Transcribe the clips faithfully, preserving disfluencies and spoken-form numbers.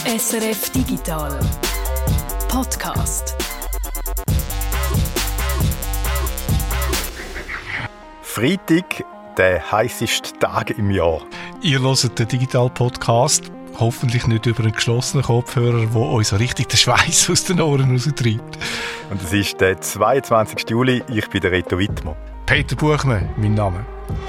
S R F Digital Podcast. Freitag, der heisseste Tag im Jahr. Ihr hört den Digital Podcast, hoffentlich nicht über einen geschlossenen Kopfhörer, der uns so richtig den Schweiß aus den Ohren raustreibt. Und es ist der zweiundzwanzigsten Juli, ich bin der Reto Wittmer. Peter Buchmann, mein Name.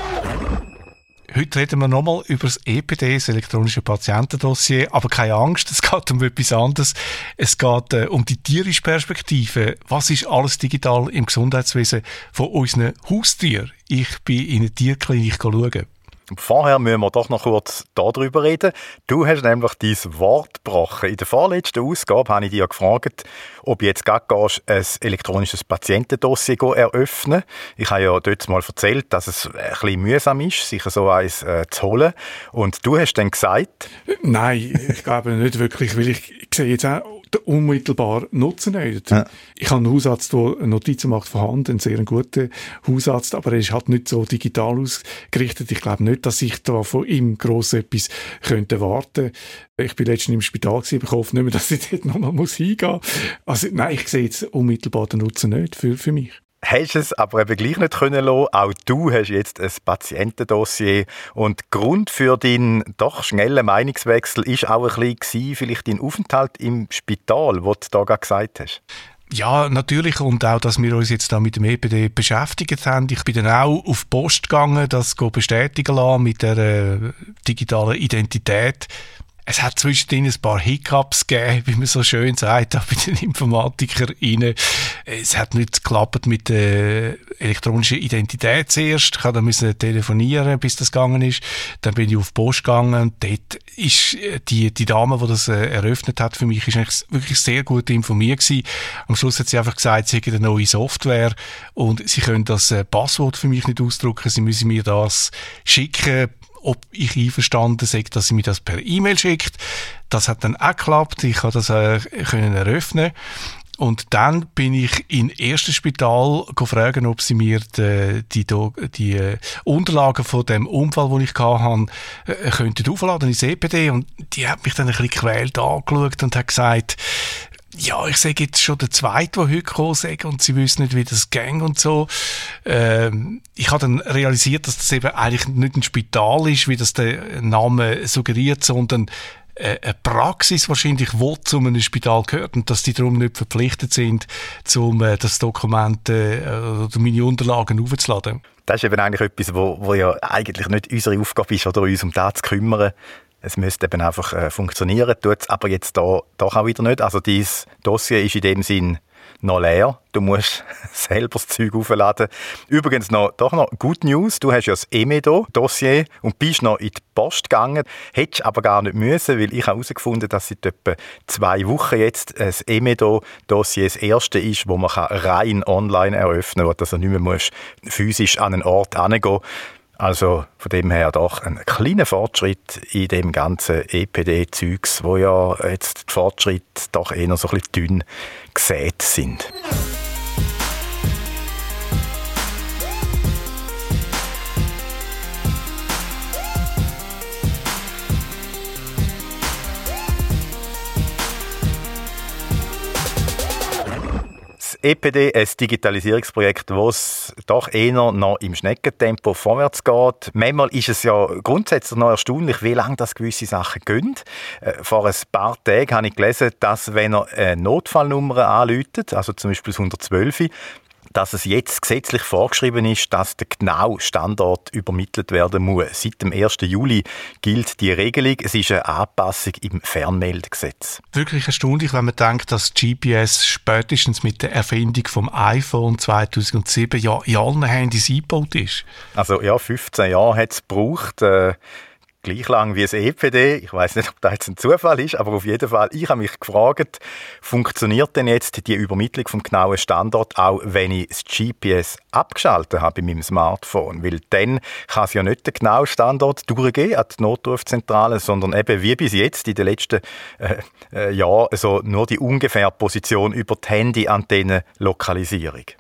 Heute reden wir nochmal über das E P D, das elektronische Patientendossier. Aber keine Angst, es geht um etwas anderes. Es geht äh, um die tierische Perspektive. Was ist alles digital im Gesundheitswesen von unseren Haustieren? Ich bin in eine Tierklinik schauen. Vorher müssen wir doch noch kurz darüber reden. Du hast nämlich dein Wort gebrochen. In der vorletzten Ausgabe habe ich dich ja gefragt, ob du jetzt gerade gehst, ein elektronisches Patientendossier eröffnen. Ich habe ja dort mal erzählt, dass es ein bisschen mühsam ist, sich so eins äh, zu holen. Und du hast dann gesagt... Nein, ich glaube nicht wirklich, weil ich, ich sehe jetzt auch den unmittelbaren Nutzen nicht. Ja. Ich habe einen Hausarzt, der Notizen macht von Hand, einen sehr guten Hausarzt, aber er ist halt nicht so digital ausgerichtet. Ich glaube nicht, dass ich da von ihm gross etwas könnte warten. Ich bin letztens im Spital gewesen, ich hoffe nicht mehr, dass ich dort nochmal hingehen muss. Also nein, ich sehe jetzt unmittelbar den Nutzen nicht für, für mich. Hast es aber eben gleich nicht können lassen. Auch du hast jetzt ein Patientendossier. Und Grund für deinen doch schnellen Meinungswechsel ist auch ein bisschen vielleicht dein Aufenthalt im Spital, was du da gerade gesagt hast. Ja, natürlich. Und auch, dass wir uns jetzt da mit dem E P D beschäftigt haben. Ich bin dann auch auf die Post gegangen, das bestätigen lassen mit der äh, digitalen Identität. Es hat zwischendrin ein paar Hiccups gegeben, wie man so schön sagt, auch bei den InformatikerInnen. Es hat nicht geklappt mit der elektronischen Identität zuerst. Ich musste telefonieren, bis das gegangen ist. Dann bin ich auf die Post gegangen und dort ist die, die Dame, die das äh, eröffnet hat für mich, ist eigentlich wirklich sehr gut informiert gewesen. Am Schluss hat sie einfach gesagt, sie hätte eine neue Software und sie können das äh, Passwort für mich nicht ausdrucken. Sie müssen mir das schicken, ob ich einverstanden sei, dass sie mir das per E-Mail schickt. Das hat dann auch geklappt. Ich konnte das äh, können eröffnen. Und dann bin ich in das erste Spital gefragt, ob sie mir die, die, die äh, Unterlagen von dem Unfall, den ich hatte, äh, könnten aufladen ins E P D. Und die hat mich dann ein bisschen gequält angeschaut und hat gesagt, ja, ich sage jetzt schon der Zweite, der heute gekommen ist und sie wissen nicht, wie das ging und so. Ähm, ich habe dann realisiert, dass das eben eigentlich nicht ein Spital ist, wie das der Name suggeriert, sondern äh, eine Praxis wahrscheinlich, die zu einem Spital gehört und dass die darum nicht verpflichtet sind, um äh, das Dokument äh, oder meine Unterlagen aufzuladen. Das ist eben eigentlich etwas, wo, wo ja eigentlich nicht unsere Aufgabe ist, oder uns um das zu kümmern. Es müsste eben einfach äh, funktionieren, tut es aber jetzt da doch auch wieder nicht. Also dein Dossier ist in dem Sinn noch leer. Du musst selber das Zeug aufladen. Übrigens noch, doch noch Good News. Du hast ja das Emedo-Dossier und bist noch in die Post gegangen. Hättest aber gar nicht müssen, weil ich habe herausgefunden, dass seit etwa zwei Wochen jetzt das Emedo-Dossier das erste ist, wo man rein online eröffnen kann, wo du also nicht mehr musst physisch an einen Ort hingehen. Also von dem her doch ein kleiner Fortschritt in dem ganzen E P D-Zeugs, wo ja jetzt die Fortschritte doch eher so ein bisschen dünn gesät sind. E P D, ein Digitalisierungsprojekt, das doch eher noch im Schneckentempo vorwärts geht. Manchmal ist es ja grundsätzlich noch erstaunlich, wie lange das gewisse Sachen gehen. Vor ein paar Tagen habe ich gelesen, dass wenn er eine Notfallnummer anruft, also zum Beispiel das hundertzwölf, dass es jetzt gesetzlich vorgeschrieben ist, dass der genaue Standort übermittelt werden muss. Seit dem ersten Juli gilt die Regelung. Es ist eine Anpassung im Fernmeldegesetz. Wirklich erstaunlich, wenn man denkt, dass G P S spätestens mit der Erfindung vom iPhone zweitausendsieben ja in allen Handys eingebaut ist. Also ja, fünfzehn Jahre hat es gebraucht. Äh, Gleich lang wie das E P D. Ich weiss nicht, ob das jetzt ein Zufall ist, aber auf jeden Fall, ich habe mich gefragt, funktioniert denn jetzt die Übermittlung vom genauen Standort auch, wenn ich das G P S abgeschaltet habe bei meinem Smartphone? Weil dann kann es ja nicht den genauen Standort durchgehen an die Notrufzentrale, sondern eben wie bis jetzt in den letzten äh, äh, Jahren also nur die ungefähre Position über die Handy-Antenne-Lokalisierung.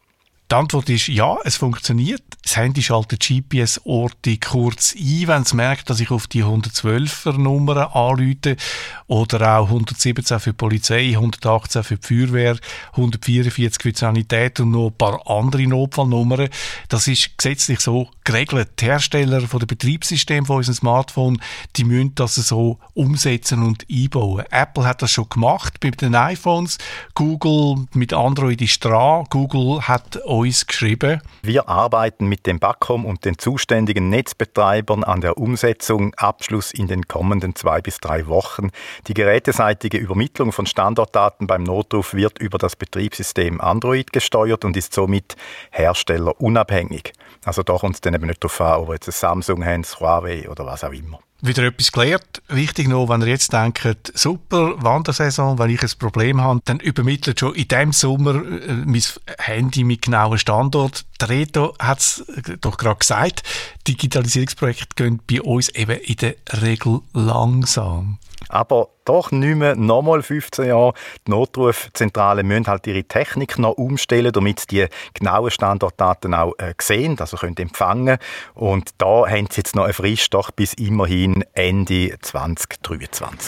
Die Antwort ist ja, es funktioniert. Das Handy schaltet G P S-Orte kurz ein, wenn es merkt, dass ich auf die hundertzwölfer-Nummer anrufe oder auch hundertsiebzehn für die Polizei, hundertachtzehn für die Feuerwehr, hundertvierundvierzig für die Sanität und noch ein paar andere Notfallnummern. Das ist gesetzlich so geregelt. Die Hersteller von der Betriebssysteme von unserem Smartphone, die müssen das so umsetzen und einbauen. Apple hat das schon gemacht bei den iPhones. Google mit Android ist dran. Google hat uns geschrieben: Wir arbeiten mit dem BAKOM und den zuständigen Netzbetreibern an der Umsetzung. Abschluss in den kommenden zwei bis drei Wochen. Die geräteseitige Übermittlung von Standortdaten beim Notruf wird über das Betriebssystem Android gesteuert und ist somit herstellerunabhängig. Also da kommt es dann eben nicht darauf an, ob wir jetzt ein Samsung haben, ein Huawei oder was auch immer. Wieder etwas gelernt. Wichtig noch, wenn ihr jetzt denkt, super, Wandersaison, wenn ich ein Problem habe, dann übermittelt schon in diesem Sommer äh, mein Handy mit genauem Standort. Der Reto hat es doch gerade gesagt, Digitalisierungsprojekte gehen bei uns eben in der Regel langsam. Aber doch nicht mehr nochmal fünfzehn Jahre. Die Notrufzentralen müssen halt ihre Technik noch umstellen, damit sie die genauen Standortdaten auch äh, sehen, also können empfangen. Und da haben sie jetzt noch eine Frist, doch bis immerhin Ende zwanzig dreiundzwanzig.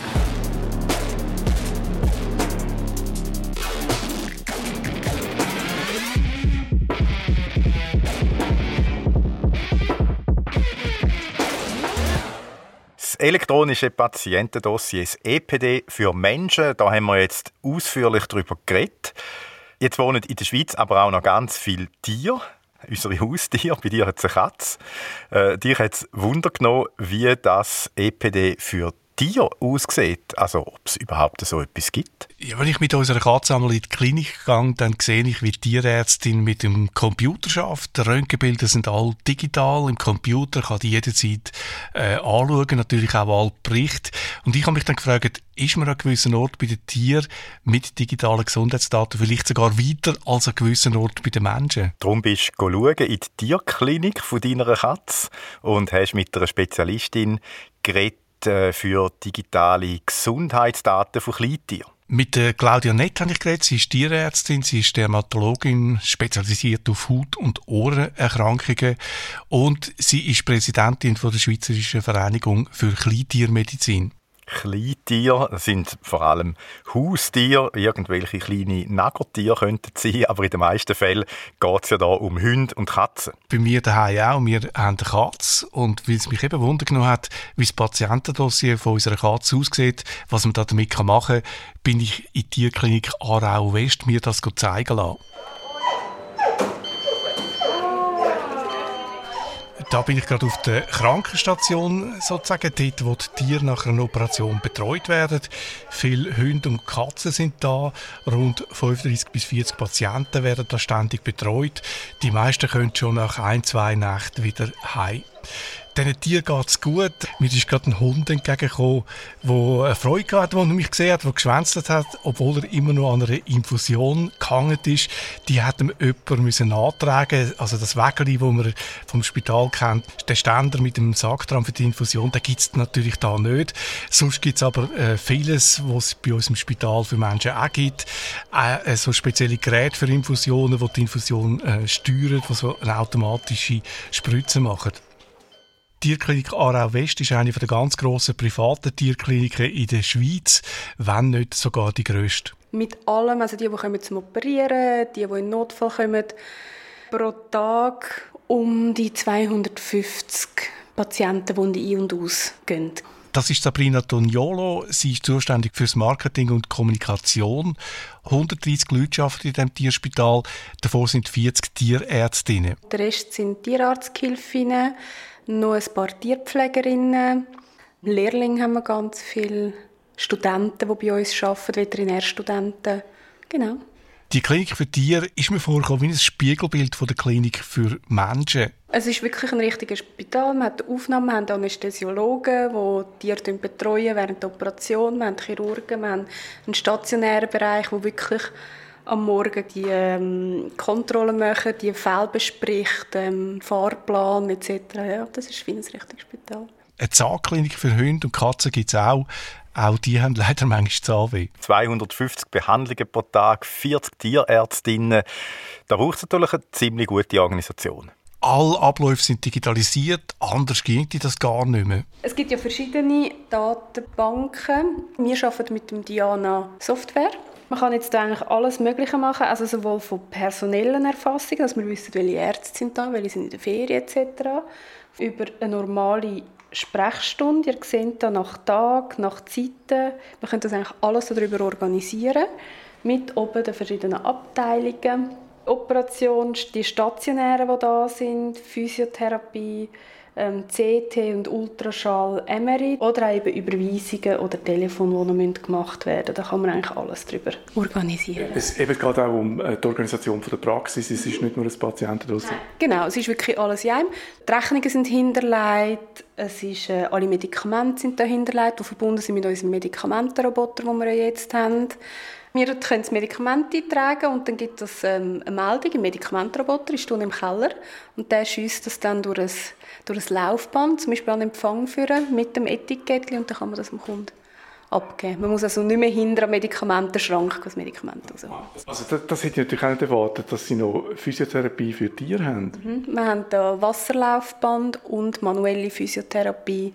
Das elektronische Patientendossier, das E P D für Menschen, da haben wir jetzt ausführlich darüber geredet. Jetzt wohnen in der Schweiz aber auch noch ganz viele Tiere, unsere Haustiere. Bei dir hat es eine Katze. Äh, dich hat es Wunder genommen, wie das E P D für Tiere aussieht, also ob es überhaupt so etwas gibt. Ja, wenn ich mit unserer Katze einmal in die Klinik gehe, dann sehe ich, wie die Tierärztin mit dem Computer arbeitet. Die Röntgenbilder sind alle digital. Im Computer kann die jederzeit äh, anschauen, natürlich auch alle Berichte. Und ich habe mich dann gefragt, ist man an gewissen Ort bei den Tieren mit digitalen Gesundheitsdaten vielleicht sogar weiter als an gewissen Ort bei den Menschen? Darum bist du schauen in die Tierklinik von deiner Katze und hast mit einer Spezialistin geredet für digitale Gesundheitsdaten von Kleintieren. Mit der Claudia Nett habe ich geredet. Sie ist Tierärztin, sie ist Dermatologin, spezialisiert auf Haut- und Ohrenerkrankungen und sie ist Präsidentin von der Schweizerischen Vereinigung für Kleintiermedizin. Kleintiere, das sind vor allem Haustiere, irgendwelche kleine Nagertiere könnten es sein, aber in den meisten Fällen geht es ja da um Hunde und Katzen. Bei mir daheim auch, wir haben eine Katze und weil es mich eben Wunder genommen hat, wie das Patientendossier von unserer Katze aussieht, was man da damit machen kann, bin ich in die Tierklinik Aarau West mir das zeigen lassen. Da bin ich gerade auf der Krankenstation, sozusagen, dort, wo die Tiere nach einer Operation betreut werden. Viele Hunde und Katzen sind da. Rund fünfunddreissig bis vierzig Patienten werden da ständig betreut. Die meisten können schon nach ein, zwei Nächten wieder heim. Diesen Tieren geht es gut. Mir ist gerade ein Hund entgegengekommen, der Freude hatte, als er mich gesehen hat, der geschwänzt hat, obwohl er immer noch an einer Infusion gehangen ist. Die hat ihm jemand nachtragen müssen. Also das Wägeli, das man vom Spital kennt, der Ständer mit dem Sack dran für die Infusion, den gibt es natürlich da nicht. Sonst gibt es aber äh, vieles, was es bei uns im Spital für Menschen auch gibt. Äh, so spezielle Geräte für Infusionen, die die Infusion äh, steuern, die so eine automatische Spritze machen. Die Tierklinik Aarau West ist eine der ganz grossen privaten Tierkliniken in der Schweiz, wenn nicht sogar die grösste. Mit allem, also die, die kommen zum Operieren, die, die in den Notfall kommen, pro Tag um die zweihundertfünfzig Patienten, die ein- und ausgehen. Das ist Sabrina Toniolo. Sie ist zuständig für das Marketing und Kommunikation. hundertdreissig Leute arbeiten in diesem Tierspital, davon sind vierzig Tierärztinnen. Der Rest sind Tierarzthilfinnen, noch ein paar Tierpflegerinnen, Lehrlinge haben wir ganz viele, Studenten, die bei uns arbeiten, Veterinärstudenten. Genau. Die Klinik für Tiere ist mir vorgekommen wie ein Spiegelbild von der Klinik für Menschen. Es ist wirklich ein richtiges Spital. Man hat Aufnahmen, wir haben Anästhesiologen, die Tiere betreuen während der Operation. Wir haben Chirurgen, wir haben einen stationären Bereich, wo wirklich am Morgen die ähm, Kontrollen machen, die Fälle bespricht, ähm, Fahrplan et cetera. Ja, das ist wie ein richtiges Spital. Eine Zahnklinik für Hunde und Katzen gibt es auch. Auch die haben leider manchmal Zahnweh. zweihundertfünfzig Behandlungen pro Tag, vierzig Tierärztinnen. Da braucht es natürlich eine ziemlich gute Organisation. Alle Abläufe sind digitalisiert, anders ging das gar nicht mehr. Es gibt ja verschiedene Datenbanken. Wir arbeiten mit dem Diana Software. Man kann jetzt eigentlich alles Mögliche machen, also sowohl von personellen Erfassungen, dass wir wissen, welche Ärzte sind da, welche sind in der Ferien et cetera, über eine normale Sprechstunde. Ihr seht da nach Tag, nach Zeiten. Wir können das eigentlich alles darüber organisieren, mit oben den verschiedenen Abteilungen. Operation, die Stationären, die da sind, Physiotherapie, ähm, C T und Ultraschall, M R I oder auch eben Überweisungen oder Telefone, die noch gemacht werden müssen. Da kann man eigentlich alles darüber organisieren. Es geht auch um die Organisation der Praxis. Es ist nicht nur ein Patientendossier. Genau, es ist wirklich alles in einem. Die Rechnungen sind hinterlegt, es ist, äh, alle Medikamente sind da hinterlegt, die verbunden sind mit unserem Medikamentenroboter, den wir jetzt haben. Wir können das Medikament eintragen und dann gibt es ähm, eine Meldung im Medikamentenroboter, ist im Keller und der schiesst das dann durch ein, durch ein Laufband, zum Beispiel an den Empfang führen mit dem Etikettchen und dann kann man das dem Kunden abgeben. Man muss also nicht mehr hinter am Medikamentenschrank das Medikament rausholen. Also das, das hätte ich natürlich auch nicht erwartet, dass Sie noch Physiotherapie für Tiere haben. Mhm. Wir haben da Wasserlaufband und manuelle Physiotherapie,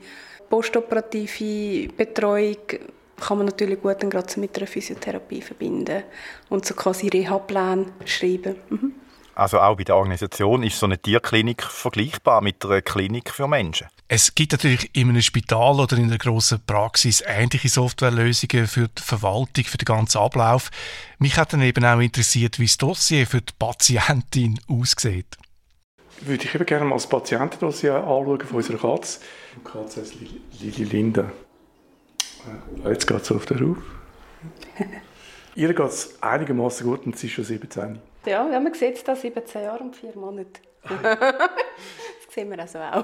postoperative Betreuung, kann man natürlich gut dann gerade mit einer Physiotherapie verbinden und so quasi Reha-Pläne schreiben. Mhm. Also auch bei der Organisation ist so eine Tierklinik vergleichbar mit einer Klinik für Menschen? Es gibt natürlich in einem Spital oder in einer grossen Praxis ähnliche Softwarelösungen für die Verwaltung, für den ganzen Ablauf. Mich hat dann eben auch interessiert, wie das Dossier für die Patientin aussieht. Würde ich eben gerne mal das Patientendossier anschauen von unserer Katze. Die Katze heißt Lili Linda. Jetzt geht es auf den Ruf. Ihr geht es einigermaßen gut und sie ist schon siebzehn. Ja, ja, man sieht es da, siebzehn Jahre und vier Monate. Das sehen wir also auch.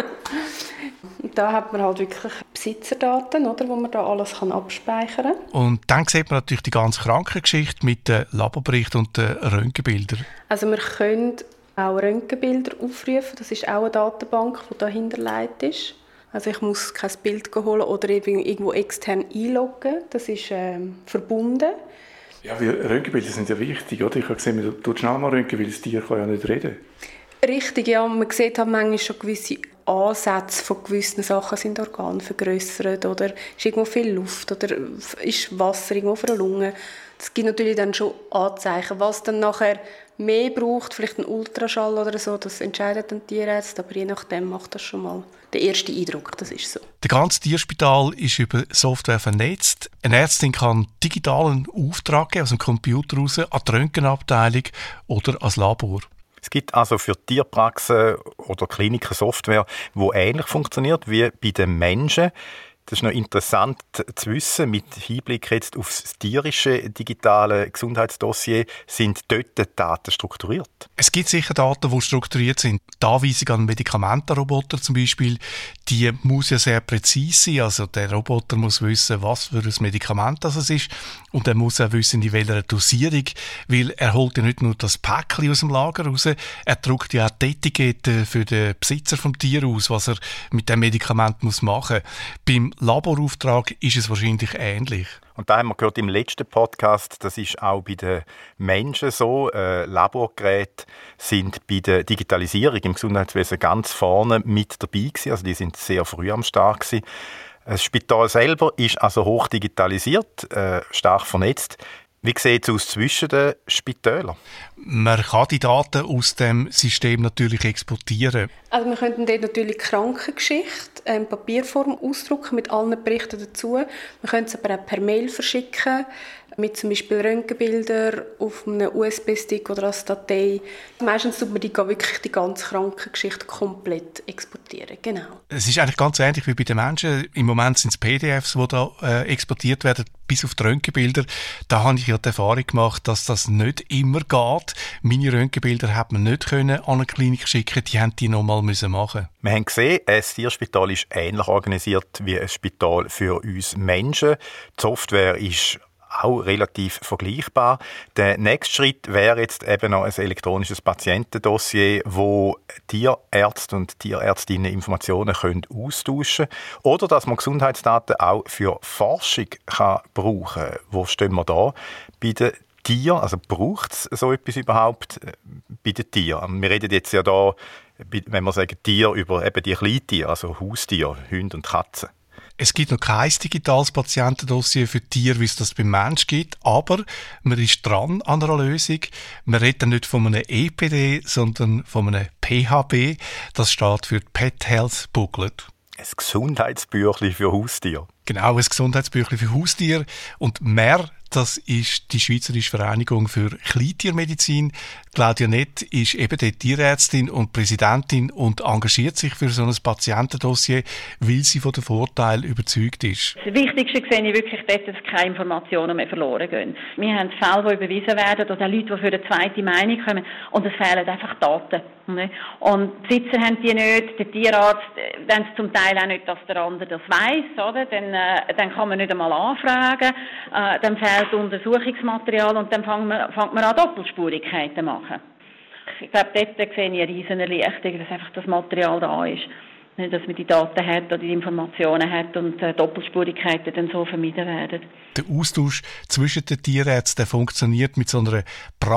Und da hat man halt wirklich Besitzerdaten, oder, wo man da alles kann abspeichern kann. Und dann sieht man natürlich die ganze Krankengeschichte mit den Laborberichten und den Röntgenbildern. Also wir können auch Röntgenbilder aufrufen. Das ist auch eine Datenbank, die da hinterlegt ist. Also ich muss kein Bild holen oder irgendwo extern einloggen. Das ist ähm, verbunden. Ja, weil Röntgenbilder sind ja wichtig, oder? Ich habe gesehen, man tut schnell mal Röntgen, weil das Tier kann ja nicht reden. Richtig, ja. Man sieht halt manchmal schon gewisse Ansätze von gewissen Sachen, sind Organe vergrössert oder ist irgendwo viel Luft oder ist Wasser irgendwo für eine Lunge. Das gibt natürlich dann schon Anzeichen. Was dann nachher mehr braucht, vielleicht ein Ultraschall oder so, das entscheidet dann die Tierärzte, aber je nachdem macht das schon mal den ersten Eindruck, das ist so. Das ganze Tierspital ist über Software vernetzt. Eine Ärztin kann digitalen Auftrag geben, aus dem Computer raus, an die Röntgenabteilung oder ans Labor. Es gibt also für Tierpraxen oder Kliniken Software, die ähnlich funktioniert wie bei den Menschen. Das ist noch interessant zu wissen, mit Hinblick jetzt auf das tierische digitale Gesundheitsdossier, sind dort die Daten strukturiert? Es gibt sicher Daten, die strukturiert sind. Die Anweisung an Medikamentenroboter zum Beispiel, die muss ja sehr präzise sein. Also der Roboter muss wissen, was für ein Medikament das ist. Und er muss auch wissen, in welcher Dosierung, weil er holt ja nicht nur das Päckchen aus dem Lager raus, er druckt ja auch die Etikette für den Besitzer vom Tier aus, was er mit dem Medikament muss machen muss. Beim Laborauftrag ist es wahrscheinlich ähnlich. Und da haben wir gehört im letzten Podcast, das ist auch bei den Menschen so. Äh, Laborgeräte sind bei der Digitalisierung im Gesundheitswesen ganz vorne mit dabei gewesen. Also die sind sehr früh am Start gewesen. Das Spital selber ist also hoch digitalisiert, äh, stark vernetzt. Wie sieht es aus zwischen den Spitälern? Man kann die Daten aus dem System natürlich exportieren. Also wir könnten dort natürlich die Krankengeschichte in Papierform ausdrucken mit allen Berichten dazu. Wir können es aber auch per Mail verschicken, mit zum Beispiel Röntgenbildern auf einem U S B-Stick oder als Datei. Meistens tut man die wirklich die ganze Krankengeschichte komplett exportieren. Genau. Es ist eigentlich ganz ähnlich wie bei den Menschen. Im Moment sind es P D Fs, die da äh, exportiert werden, bis auf die Röntgenbilder. Da habe ich ja die Erfahrung gemacht, dass das nicht immer geht. Meine Röntgenbilder hat man nicht können an eine Klinik schicken, die haben die noch mal müssen machen. Wir haben gesehen, ein Tierspital ist ähnlich organisiert wie ein Spital für uns Menschen. Die Software ist auch relativ vergleichbar. Der nächste Schritt wäre jetzt eben noch ein elektronisches Patientendossier, wo Tierärzte und Tierärztinnen Informationen können austauschen können. Oder dass man Gesundheitsdaten auch für Forschung kann brauchen kann. Wo stehen wir da bei den Tieren? Also braucht es so etwas überhaupt bei den Tieren? Wir reden jetzt ja da, wenn wir sagen Tier, über eben die Kleintiere, also Haustiere, Hunde und Katzen. Es gibt noch kein digitales Patientendossier für Tiere, wie es das beim Mensch gibt, aber man ist dran an einer Lösung. Man redet nicht von einem E P D, sondern von einem P H B. Das steht für Pet Health Booklet. Ein Gesundheitsbüchlein für Haustiere. Genau, ein Gesundheitsbüchlein für Haustiere. Und mehr, das ist die Schweizerische Vereinigung für Kleintiermedizin. Claudia Nett ist eben die Tierärztin und Präsidentin und engagiert sich für so ein Patientendossier, weil sie von den Vorteilen überzeugt ist. Das Wichtigste sehe ich wirklich dort, dass keine Informationen mehr verloren gehen. Wir haben Fälle, die überwiesen werden, oder Leute, die für eine zweite Meinung kommen, und es fehlen einfach Daten. Und die Besitzer haben die nicht, der Tierarzt, wenn es zum Teil auch nicht, dass der andere das weiss, oder? Dann, äh, dann kann man nicht einmal anfragen, äh, dann fehlt Untersuchungsmaterial und dann fängt man, fängt man an Doppelspurigkeiten zu machen. Ich glaube, dort sehe ich eine riesen Erleichterung, dass einfach das Material da ist. Nicht, dass man die Daten hat oder die Informationen hat und äh, Doppelspurigkeiten dann so vermieden werden. Der Austausch zwischen den Tierärzten funktioniert mit so einer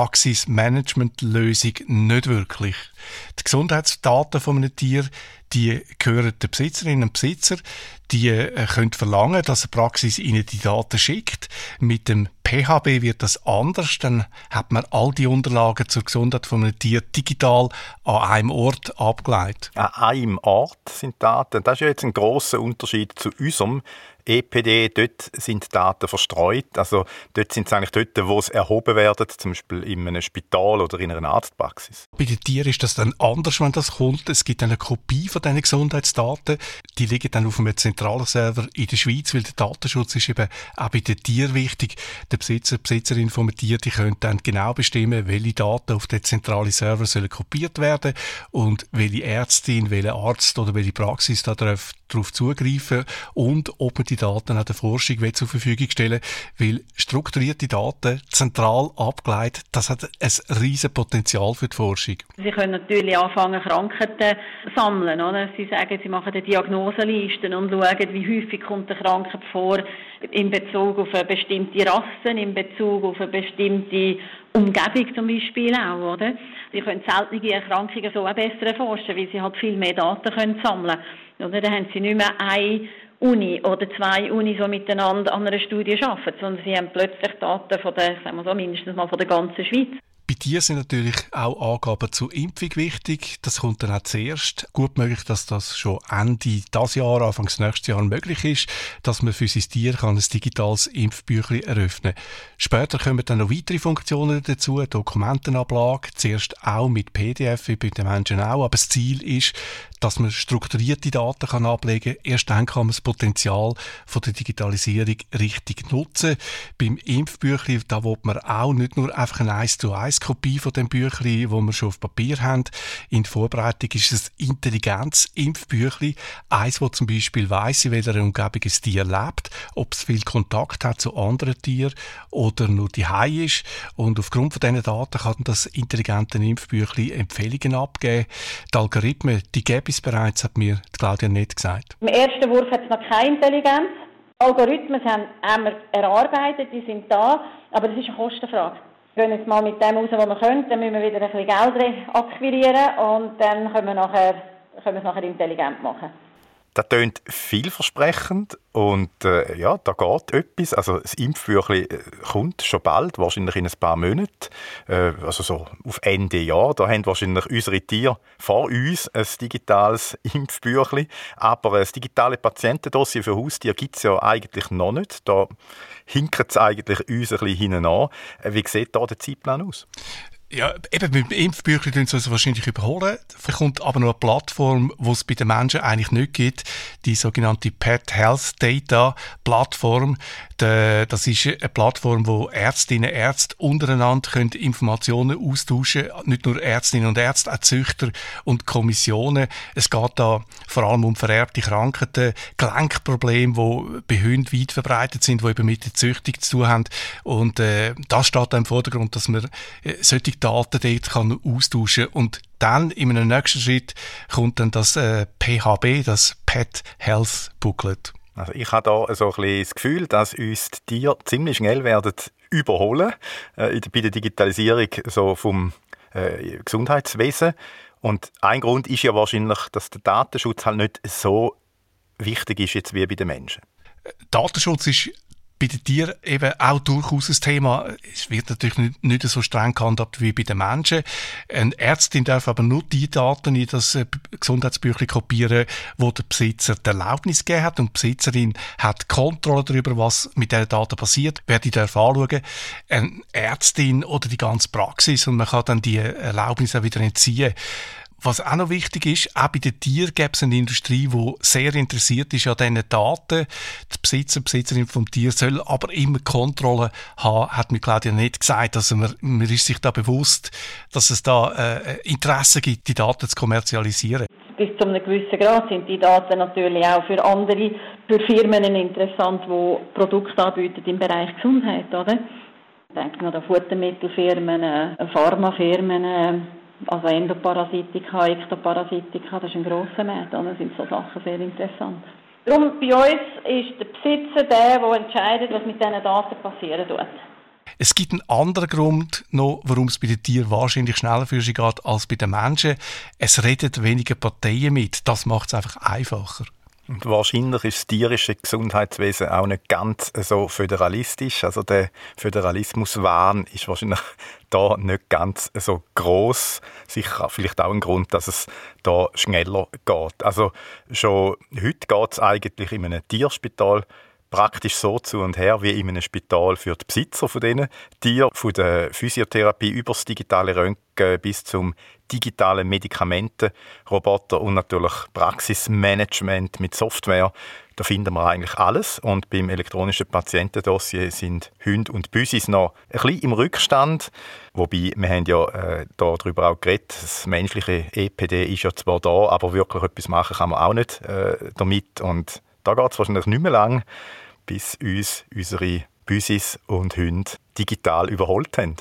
Praxismanagement-Lösung nicht wirklich. Die Gesundheitsdaten von einem Tier, die gehören den Besitzerinnen und Besitzer. Die äh, können verlangen, dass eine Praxis ihnen die Daten schickt. Mit dem P H B wird das anders. Dann hat man all die Unterlagen zur Gesundheit von einem Tier digital an einem Ort abgeleitet. An einem Ort sind Daten. Das ist ja jetzt ein grosser Unterschied zu unserem E P D. Dort sind die Daten verstreut. Also dort sind es eigentlich dort, wo sie erhoben werden, zum Beispiel in einem Spital oder in einer Arztpraxis. Bei den Tieren ist das dann anders, wenn das kommt. Es gibt eine Kopie von diesen Gesundheitsdaten. Die liegen dann auf einem zentralen Server in der Schweiz, weil der Datenschutz ist eben auch bei den Tieren wichtig. Der Besitzer, die Besitzerin von einem Tier, die können dann genau bestimmen, welche Daten auf den zentralen Server sollen kopiert werden und welche Ärztin, welcher Arzt oder welche Praxis da darauf zugreifen und ob man die Daten auch der Forschung zur Verfügung stellen will, weil strukturierte Daten zentral abgeleitet, das hat ein riesen Potenzial für die Forschung. Sie können natürlich anfangen, Krankheiten sammeln. Oder? Sie sagen, sie machen eine Diagnoseliste und schauen, wie häufig kommt eine Krankheit vor in Bezug auf eine bestimmte Rasse, in Bezug auf eine bestimmte Umgebung zum Beispiel auch. Oder? Sie können seltene Erkrankungen so auch besser erforschen, weil sie halt viel mehr Daten können sammeln können. Oder? Dann haben sie nicht mehr eine Uni oder zwei Unis, die miteinander an einer Studie arbeiten, sondern sie haben plötzlich Daten von der, sagen wir so, mindestens mal von der ganzen Schweiz. Bei dir sind natürlich auch Angaben zur Impfung wichtig. Das kommt dann auch zuerst. Gut möglich, dass das schon Ende dieses Jahr, Anfang nächstes Jahr möglich ist, dass man für sein Tier kann ein digitales Impfbüchlein eröffnen kann. Später kommen dann noch weitere Funktionen dazu, Dokumentenablage, zuerst auch mit P D F, wie bei den Menschen auch. Aber das Ziel ist, dass man strukturierte Daten kann ablegen kann. Erst dann kann man das Potenzial von der Digitalisierung richtig nutzen. Beim Impfbüchlein, da will man auch nicht nur einfach eine eins zu eins Kopie von dem Büchlein, wo wir schon auf Papier haben. In Vorbereitung ist es ein Intelligenz-Impfbüchlein. Eins, wo zum Beispiel weiss, in welcher Umgebung ein Tier lebt, ob es viel Kontakt hat zu anderen Tieren oder nur daheim ist. Und aufgrund von diesen Daten kann das intelligente Impfbüchlein Empfehlungen abgeben. Die Algorithmen, die geben es bereits, hat mir Claudia Nett gesagt. Im ersten Wurf hat es noch keine Intelligenz. Algorithmen haben, haben wir erarbeitet, die sind da, aber das ist eine Kostenfrage. Wir gehen jetzt mal mit dem raus, was wir können, dann müssen wir wieder ein bisschen Geld akquirieren und dann können wir, nachher, können wir es nachher intelligent machen. Das tönt vielversprechend und äh, ja, da geht etwas. Also das Impfbüchlein kommt schon bald, wahrscheinlich in ein paar Monaten, äh, also so auf Ende Jahr. Da haben wahrscheinlich unsere Tiere vor uns ein digitales Impfbüchlein. Aber das digitale Patientendossier für Haustiere gibt es ja eigentlich noch nicht. Da hinkt es eigentlich uns ein bisschen hinten an. Wie sieht da der Zeitplan aus? Ja, eben mit dem Impfbüchlein tun sie es wahrscheinlich überholen. Es kommt aber noch eine Plattform, die es bei den Menschen eigentlich nicht gibt, die sogenannte Pet Health Data Plattform. Das ist eine Plattform, wo Ärztinnen und Ärzte untereinander können Informationen austauschen können. Nicht nur Ärztinnen und Ärzte, auch Züchter und Kommissionen. Es geht da vor allem um vererbte Krankheiten, Gelenkprobleme, die bei Hunden weit verbreitet sind, die eben mit der Züchtung zu tun haben. Und äh, das steht da im Vordergrund, dass man äh, solche Daten dort kann austauschen kann. Und dann, in einem nächsten Schritt, kommt dann das äh, P H B, das Pet Health Booklet. Also ich habe da so ein bisschen das Gefühl, dass uns die Tiere ziemlich schnell werden überholen äh, bei der Digitalisierung so vom äh, Gesundheitswesen. Und ein Grund ist ja wahrscheinlich, dass der Datenschutz halt nicht so wichtig ist jetzt wie bei den Menschen. Datenschutz ist bei den Tieren eben auch durchaus ein Thema. Es wird natürlich nicht, nicht so streng gehandhabt wie bei den Menschen. Eine Ärztin darf aber nur die Daten in das Gesundheitsbüchlein kopieren, wo der Besitzer die Erlaubnis gegeben hat. Und die Besitzerin hat Kontrolle darüber, was mit diesen Daten passiert, wer die darf anschauen. Eine Ärztin oder die ganze Praxis, und man kann dann die Erlaubnis auch wieder entziehen. Was auch noch wichtig ist, auch bei den Tieren gibt es eine Industrie, die sehr interessiert ist an diesen Daten. Der Besitzer, die Besitzerin vom Tier soll aber immer Kontrolle haben, hat mir Claudia nicht gesagt. Also man, man ist sich da bewusst, dass es da äh, Interesse gibt, die Daten zu kommerzialisieren. Bis zu einem gewissen Grad sind die Daten natürlich auch für andere, für Firmen interessant, die Produkte anbieten im Bereich Gesundheit, oder? Ich denke noch an Futtermittelfirmen, Pharmafirmen, also Endoparasitika, Ektoparasitika, das ist ein grosser Markt, da sind so Sachen sehr interessant. Darum bei uns ist der Besitzer der, der entscheidet, was mit diesen Daten passieren wird. Es gibt einen anderen Grund noch, warum es bei den Tieren wahrscheinlich schneller für sie geht als bei den Menschen. Es reden weniger Parteien mit. Das macht es einfach einfacher. Und wahrscheinlich ist das tierische Gesundheitswesen auch nicht ganz so föderalistisch. Also der Föderalismuswahn ist wahrscheinlich da nicht ganz so gross. Sicher vielleicht auch ein Grund, dass es da schneller geht. Also schon heute geht es eigentlich in einem Tierspital praktisch so zu und her wie in einem Spital für die Besitzer von diesen Tieren, von der Physiotherapie über das digitale Röntgen bis zum digitalen Medikamentenroboter und natürlich Praxismanagement mit Software. Da finden wir eigentlich alles. Und beim elektronischen Patientendossier sind Hunde und Büsis noch ein bisschen im Rückstand. Wobei, wir haben ja äh, da darüber auch geredet, das menschliche E P D ist ja zwar da, aber wirklich etwas machen kann man auch nicht äh, damit. Und da geht es wahrscheinlich nicht mehr lang, bis uns unsere Büsis und Hunde digital überholt haben.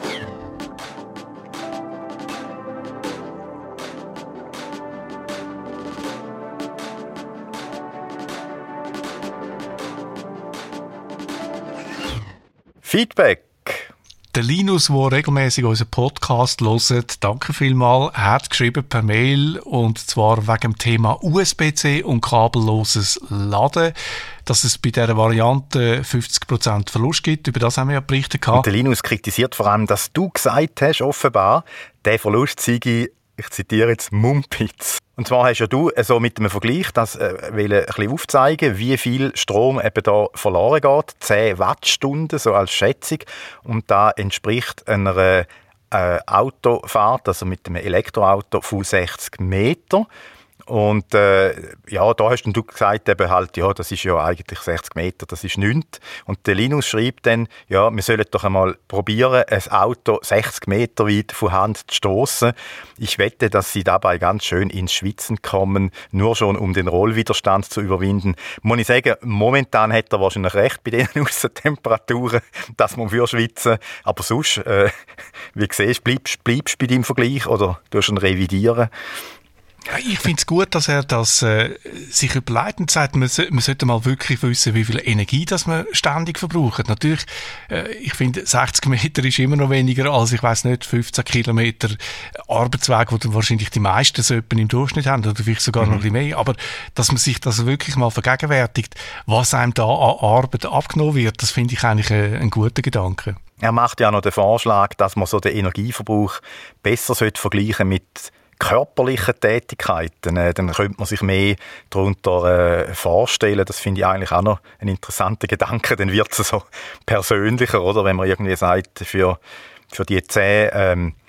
Feedback. Der Linus, der regelmäßig unseren Podcast hört, danke vielmals, hat geschrieben per Mail, und zwar wegen dem Thema U S B C und kabelloses Laden, dass es bei dieser Variante fünfzig Prozent Verlust gibt. Über das haben wir ja berichtet. Und der Linus kritisiert vor allem, dass du gesagt hast, offenbar, der Verlust sei, ich zitiere jetzt, Mumpitz. Und zwar hast ja du so mit einem Vergleich das äh, ein bisschen aufzeigen, wie viel Strom eben da verloren geht. zehn Wattstunden, so als Schätzung. Und da entspricht einer äh, Autofahrt, also mit einem Elektroauto, von sechzig Meter. Und äh, ja, da hast du gesagt, eben halt, ja, das ist ja eigentlich sechzig Meter, das ist nichts. Und der Linus schreibt dann, ja, wir sollen doch einmal probieren, ein Auto sechzig Meter weit von Hand zu stossen. Ich wette, dass sie dabei ganz schön ins Schwitzen kommen, nur schon um den Rollwiderstand zu überwinden. Muss ich sagen, momentan hat er wahrscheinlich recht bei den Aussentemperaturen, dass man für schwitzen. Aber sonst, äh, wie siehst du, bleibst du bei deinem Vergleich oder tust du ihn revidieren? Ja, ich finde es gut, dass er das äh, sich überlegt und sagt, man, man sollte mal wirklich wissen, wie viel Energie das man ständig verbraucht. Natürlich, äh, ich finde, sechzig Meter ist immer noch weniger als, ich weiss nicht, fünfzehn Kilometer Arbeitsweg, wo dann wahrscheinlich die meisten so im Durchschnitt haben, oder vielleicht sogar mhm. noch ein bisschen mehr. Aber dass man sich das wirklich mal vergegenwärtigt, was einem da an Arbeit abgenommen wird, das finde ich eigentlich äh, ein guter Gedanke. Er macht ja noch den Vorschlag, dass man so den Energieverbrauch besser sollte vergleichen mit körperlichen Tätigkeiten, dann könnte man sich mehr darunter äh, vorstellen. Das finde ich eigentlich auch noch ein interessanter Gedanke. Dann wird es so persönlicher, oder? Wenn man irgendwie sagt, für, für die zehn ähm,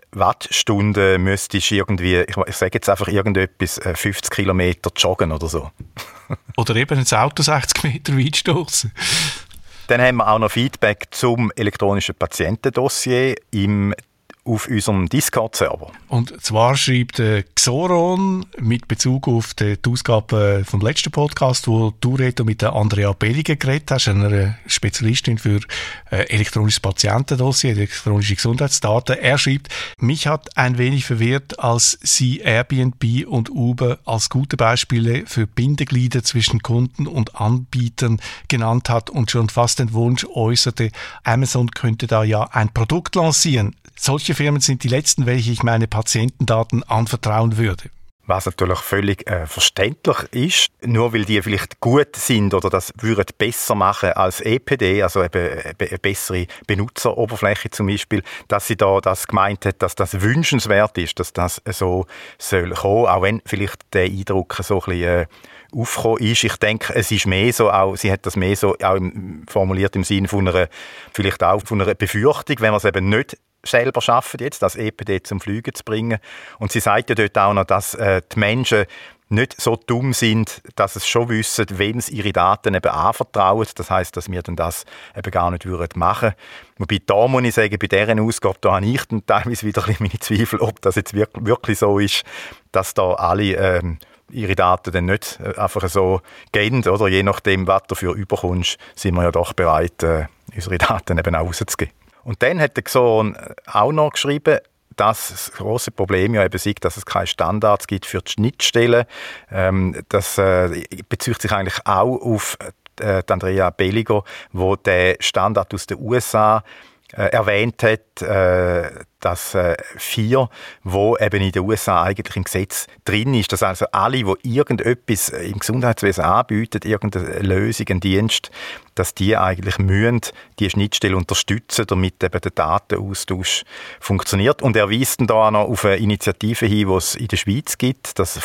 Wattstunden müsstest du irgendwie, ich, ich sage jetzt einfach irgendetwas, fünfzig Kilometer joggen oder so. Oder eben ein Auto sechzig Meter weit stoßen. Dann haben wir auch noch Feedback zum elektronischen Patientendossier im auf unserem Discord-Server. Und zwar schreibt äh, Xoron mit Bezug auf die, die Ausgabe vom letzten Podcast, wo du Reto mit der Andrea Belliger geredet hast, einer Spezialistin für äh, elektronisches Patientendossier, elektronische Gesundheitsdaten. Er schreibt, mich hat ein wenig verwirrt, als sie Airbnb und Uber als gute Beispiele für Bindeglieder zwischen Kunden und Anbietern genannt hat und schon fast den Wunsch äußerte, Amazon könnte da ja ein Produkt lancieren. Solche Firmen sind die letzten, welche ich meine Patientendaten anvertrauen würde. Was natürlich völlig äh, verständlich ist, nur weil die vielleicht gut sind oder das würden besser machen als E P D, also eben eine bessere Benutzeroberfläche zum Beispiel, dass sie da das gemeint hat, dass das wünschenswert ist, dass das so soll kommen, auch wenn vielleicht der Eindruck so ein bisschen äh, aufgekommen ist. Ich denke, es ist mehr so, auch, sie hat das mehr so auch im, formuliert im Sinne von einer, vielleicht auch von einer Befürchtung, wenn man es eben nicht selber schaffen, jetzt das E P D zum Fliegen zu bringen. Und sie sagt ja dort auch noch, dass äh, die Menschen nicht so dumm sind, dass sie schon wissen, wem sie ihre Daten eben anvertrauen. Das heisst, dass wir dann das eben gar nicht würden machen. Wobei da muss ich sagen, bei dieser Ausgabe, da habe ich dann teilweise wieder ein bisschen meine Zweifel, ob das jetzt wirklich, wirklich so ist, dass da alle ähm, ihre Daten dann nicht einfach so gehen, oder? Je nachdem, was du dafür überkommst, sind wir ja doch bereit, äh, unsere Daten eben auch rauszugeben. Und dann hat der Xoron auch noch geschrieben, dass das grosse Problem ja eben ist, dass es keine Standards gibt für die Schnittstellen. Ähm, das äh, bezieht sich eigentlich auch auf äh, die Andrea Belliger, wo der Standard aus den U S A äh, erwähnt hat, äh, das äh, vier, wo eben in den U S A eigentlich im Gesetz drin ist, dass also alle, die irgendetwas im Gesundheitswesen anbieten, irgendeine Lösung, einen Dienst, dass die eigentlich müssen die Schnittstelle unterstützen, damit eben der Datenaustausch funktioniert. Und er weist dann da noch auf eine Initiative hin, die es in der Schweiz gibt, das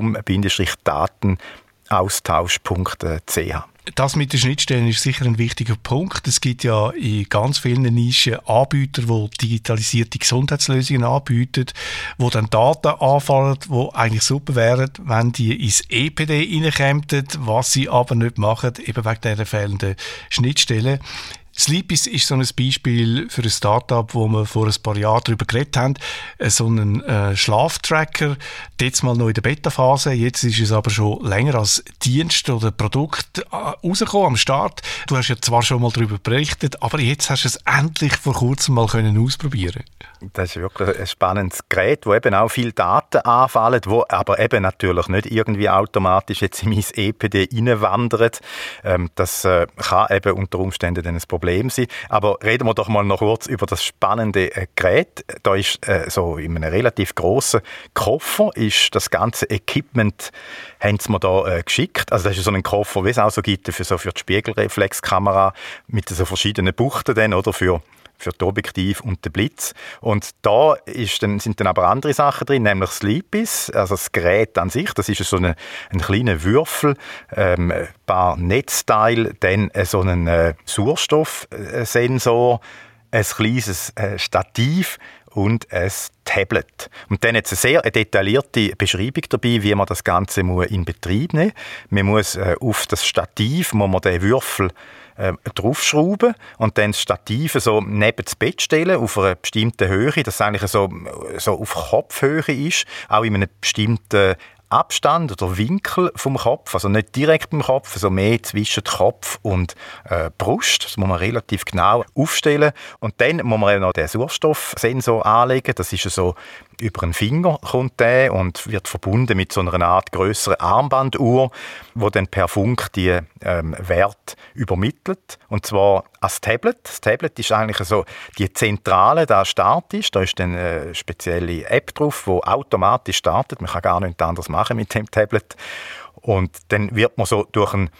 Forum-Datenaustausch punkt c h. Das mit den Schnittstellen ist sicher ein wichtiger Punkt. Es gibt ja in ganz vielen Nischen Anbieter, die digitalisierte Gesundheitslösungen anbieten, wo dann Daten anfallen, die eigentlich super wären, wenn die ins E P D reinkämen, was sie aber nicht machen, eben wegen dieser fehlenden Schnittstellen. Sleepis ist so ein Beispiel für ein Startup, wo wir vor ein paar Jahren darüber geredet haben. So einen äh, Schlaftracker, jetzt mal noch in der Beta-Phase, jetzt ist es aber schon länger als Dienst oder Produkt äh, rausgekommen am Start. Du hast ja zwar schon mal darüber berichtet, aber jetzt hast du es endlich vor kurzem mal können ausprobieren. Das ist wirklich ein spannendes Gerät, wo eben auch viele Daten anfallen, wo aber eben natürlich nicht irgendwie automatisch jetzt in mein E P D reinwandern. Ähm, das äh, kann eben unter Umständen dann ein Problem sein. Aber reden wir doch mal noch kurz über das spannende äh, Gerät. Da ist äh, so in einem relativ grossen Koffer ist das ganze Equipment, haben sie mir da äh, geschickt. Also das ist so ein Koffer, wie es auch so gibt für, so für die Spiegelreflexkamera mit so verschiedenen Buchten dann, oder für für das Objektiv und den Blitz. Und da ist dann, sind dann aber andere Sachen drin, nämlich Sleepis, also das Gerät an sich. Das ist so eine, ein kleiner Würfel, ähm, ein paar Netzteile, dann äh, so einen äh, Sauerstoffsensor, ein kleines äh, Stativ und ein Tablet. Und dann hat es eine sehr detaillierte Beschreibung dabei, wie man das Ganze in Betrieb nehmen muss. Man muss äh, auf das Stativ, muss man den Würfel äh, draufschrauben und dann das Stativ so neben das Bett stellen, auf einer bestimmten Höhe, das eigentlich so, so auf Kopfhöhe ist, auch in einem bestimmten Abstand oder Winkel vom Kopf, also nicht direkt im Kopf, also mehr zwischen Kopf und äh, Brust. Das muss man relativ genau aufstellen. Und dann muss man noch den Sauerstoffsensor anlegen. Das ist so über einen Finger kommt der und wird verbunden mit so einer Art grösseren Armbanduhr, wo dann per Funk die ähm, Werte übermittelt. Und zwar als Tablet. Das Tablet ist eigentlich so die Zentrale, da Start ist. Da ist dann eine spezielle App drauf, die automatisch startet. Man kann gar nichts anderes machen mit dem Tablet. Und dann wird man so durch einen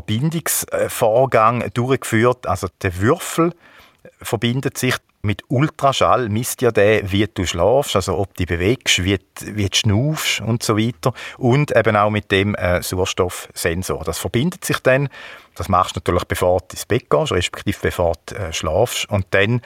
Verbindungsvorgang durchgeführt. Also der Würfel verbindet sich mit Ultraschall, misst ja der, wie du schlafst, also ob du dich bewegst, wie, wie du schnaufst und so weiter. Und eben auch mit dem äh, Sauerstoffsensor. Das verbindet sich dann. Das machst du natürlich, bevor du ins Bett gehst, respektive bevor du äh, schlafst. Und dann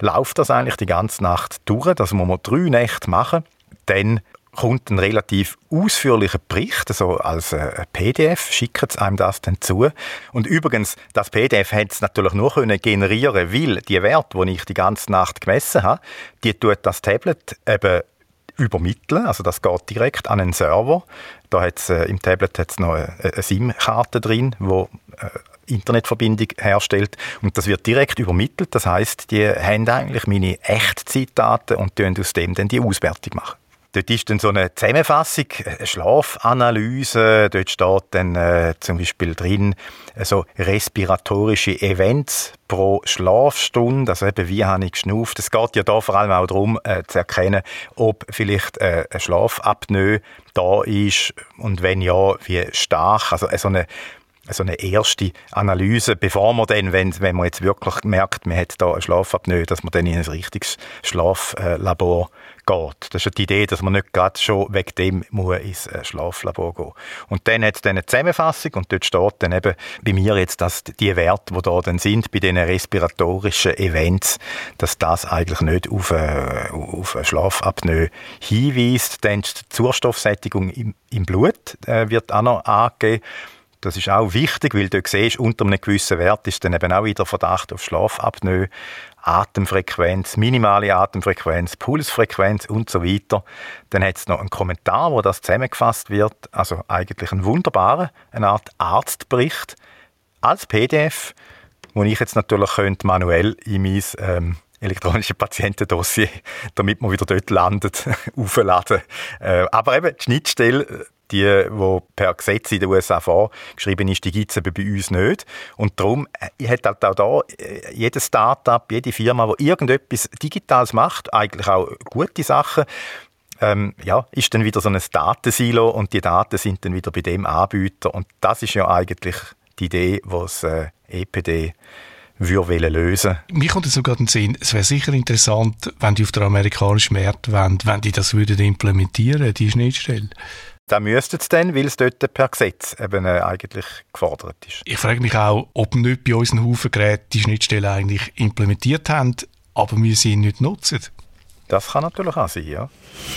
läuft das eigentlich die ganze Nacht durch. Das muss man drei Nächte machen. Dann kommt ein relativ ausführlicher Bericht, also als äh, P D F, schicken sie einem das dann zu. Und übrigens, das P D F hat es natürlich nur können generieren, weil die Werte, die ich die ganze Nacht gemessen habe, die tut das Tablet eben übermitteln, also das geht direkt an einen Server. Da hat's, äh, im Tablet hat es noch eine, eine SIM-Karte drin, die äh, Internetverbindung herstellt und das wird direkt übermittelt. Das heisst, die haben eigentlich meine Echtzeitdaten und tun aus dem dann die Auswertung machen. Dort ist dann so eine Zusammenfassung, eine Schlafanalyse, dort steht dann äh, zum Beispiel drin, äh, so respiratorische Events pro Schlafstunde, also eben wie habe ich geschnauft. Es geht ja da vor allem auch darum, äh, zu erkennen, ob vielleicht äh, eine Schlafapnoe da ist und wenn ja, wie stark, also äh, so eine so eine erste Analyse, bevor man dann, wenn, wenn man jetzt wirklich merkt, man hat da eine Schlafapnoe, dass man dann in ein richtiges Schlaflabor geht. Das ist die Idee, dass man nicht gerade schon wegen dem muss ins Schlaflabor gehen. Und dann hat es dann eine Zusammenfassung und dort steht dann eben bei mir jetzt, dass die Werte, die da dann sind, bei diesen respiratorischen Events, dass das eigentlich nicht auf eine, auf eine Schlafapnoe hinweist. Dann die Sauerstoffsättigung im, im Blut äh, wird auch noch angegeben. Das ist auch wichtig, weil du siehst, unter einem gewissen Wert ist dann eben auch wieder Verdacht auf Schlafapnoe, Atemfrequenz, minimale Atemfrequenz, Pulsfrequenz und so weiter. Dann hat es noch einen Kommentar, wo das zusammengefasst wird, also eigentlich ein wunderbarer, eine Art Arztbericht als P D F, wo ich jetzt natürlich könnte manuell in mein ähm, elektronische Patientendossier, damit man wieder dort landet, aufladen. Äh, aber eben die Schnittstelle, die, die per Gesetz in den U S A vorgeschrieben ist, die gibt es eben bei uns nicht. Und darum hat halt auch da jedes Start-up, jede Firma, die irgendetwas Digitales macht, eigentlich auch gute Sachen, ähm, ja, ist dann wieder so ein Datensilo und die Daten sind dann wieder bei dem Anbieter. Und das ist ja eigentlich die Idee, die das äh, E P D würde lösen. Mir kommt jetzt sogar den Sinn, es wäre sicher interessant, wenn die auf der amerikanischen Markt wollen, wenn die das würden implementieren, die Schnittstelle. Da müssten sie dann, weil es dort per Gesetz eben äh, eigentlich gefordert ist. Ich frage mich auch, ob nicht bei unseren Haufen Geräten die Schnittstelle eigentlich implementiert haben, aber wir sie nicht nutzen. Das kann natürlich auch sein, ja.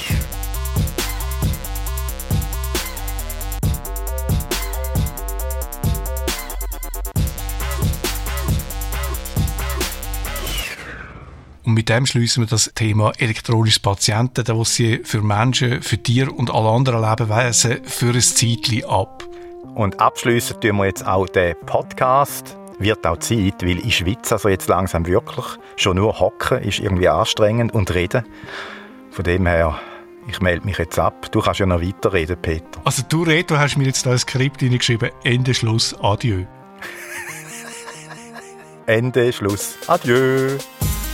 Und mit dem schließen wir das Thema elektronisches Patientendossier für Menschen, für Tiere und alle anderen Lebewesen für ein Zeitchen ab. Und abschliessen tun wir jetzt auch den Podcast. Wird auch Zeit, weil ich schwitze also jetzt langsam wirklich. Schon nur hocken ist irgendwie anstrengend und reden. Von dem her, ich melde mich jetzt ab. Du kannst ja noch weiterreden, Peter. Also du redest, du hast mir jetzt da ein Skript hineingeschrieben. Ende, Schluss, Adieu. Ende, Schluss, Adieu.